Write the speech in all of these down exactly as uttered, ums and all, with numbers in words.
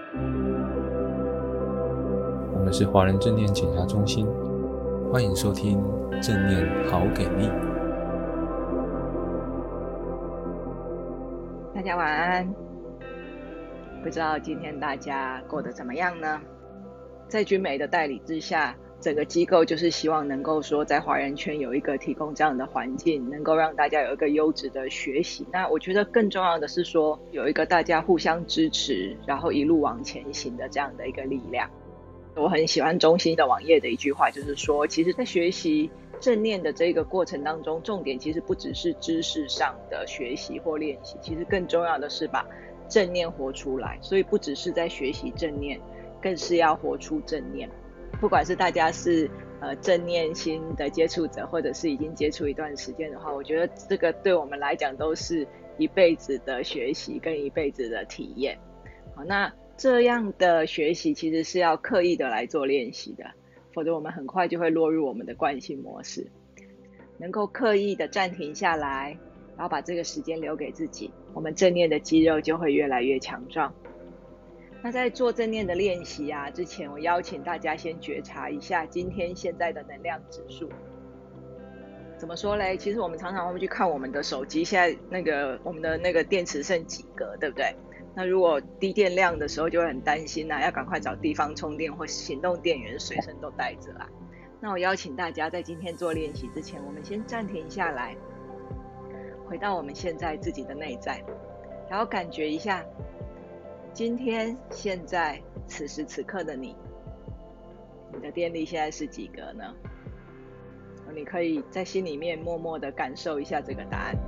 我们是华人正念减压中心，欢迎收听正念好给力。 大家晚安。不知道今天大家过得怎么样呢？在君美的带领之下，整个机构就是希望能够说在华人圈有一个提供这样的环境，能够让大家有一个优质的学习。那我觉得更重要的是说有一个大家互相支持，然后一路往前行的这样的一个力量。我很喜欢中心的网页的一句话，就是说其实在学习正念的这个过程当中，重点其实不只是知识上的学习或练习，其实更重要的是把正念活出来。所以不只是在学习正念，更是要活出正念。不管是大家是呃正念新的接触者，或者是已经接触一段时间的话，我觉得这个对我们来讲都是一辈子的学习跟一辈子的体验。好，那这样的学习其实是要刻意的来做练习的，否则我们很快就会落入我们的惯性模式。能够刻意的暂停下来，然后把这个时间留给自己，我们正念的肌肉就会越来越强壮。那在做正念的练习啊之前，我邀请大家先觉察一下今天现在的能量指数。怎么说嘞？其实我们常常会去看我们的手机，现在那个我们的那个电池剩几格，对不对？那如果低电量的时候就会很担心啊，要赶快找地方充电或行动电源随身都带着啊。那我邀请大家在今天做练习之前，我们先暂停下来，回到我们现在自己的内在，然后感觉一下今天现在此时此刻的你，你的电力现在是几格呢？你可以在心里面默默的感受一下这个答案。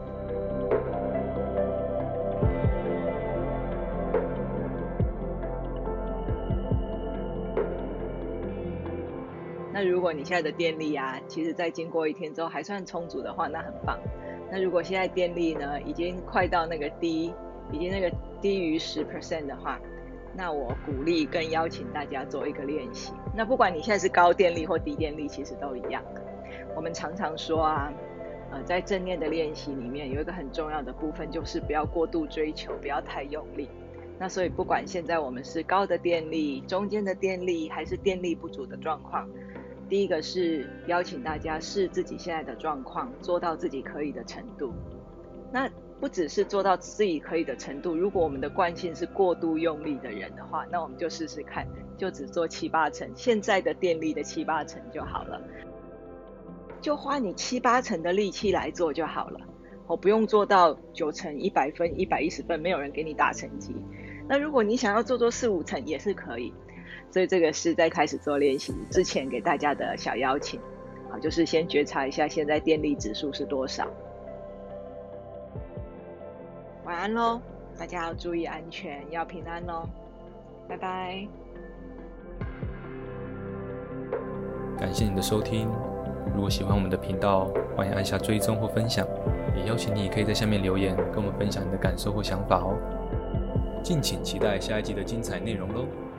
那如果你现在的电力啊，其实在经过一天之后还算充足的话，那很棒。那如果现在电力呢已经快到那个低，已经那个低于 百分之十 的话，那我鼓励跟邀请大家做一个练习。那不管你现在是高电力或低电力，其实都一样。我们常常说啊，呃，在正念的练习里面有一个很重要的部分，就是不要过度追求，不要太用力。那所以不管现在我们是高的电力、中间的电力，还是电力不足的状况，第一个是邀请大家视自己现在的状况，做到自己可以的程度。那不只是做到自己可以的程度，如果我们的惯性是过度用力的人的话，那我们就试试看，就只做七八成，现在的电力的七八成就好了，就花你七八成的力气来做就好了。我不用做到九成、一百分、一百一十分，没有人给你打成绩。那如果你想要做做四五成也是可以。所以这个是在开始做练习之前给大家的小邀请，好，就是先觉察一下现在电力指数是多少。晚安咯，大家要注意安全，要平安咯，拜拜。 感谢你的收听，如果喜欢我们的频道，欢迎按下追踪或分享，也邀请你可以在下面留言跟我们分享你的感受或想法哦。敬请期待下一集的精彩内容咯。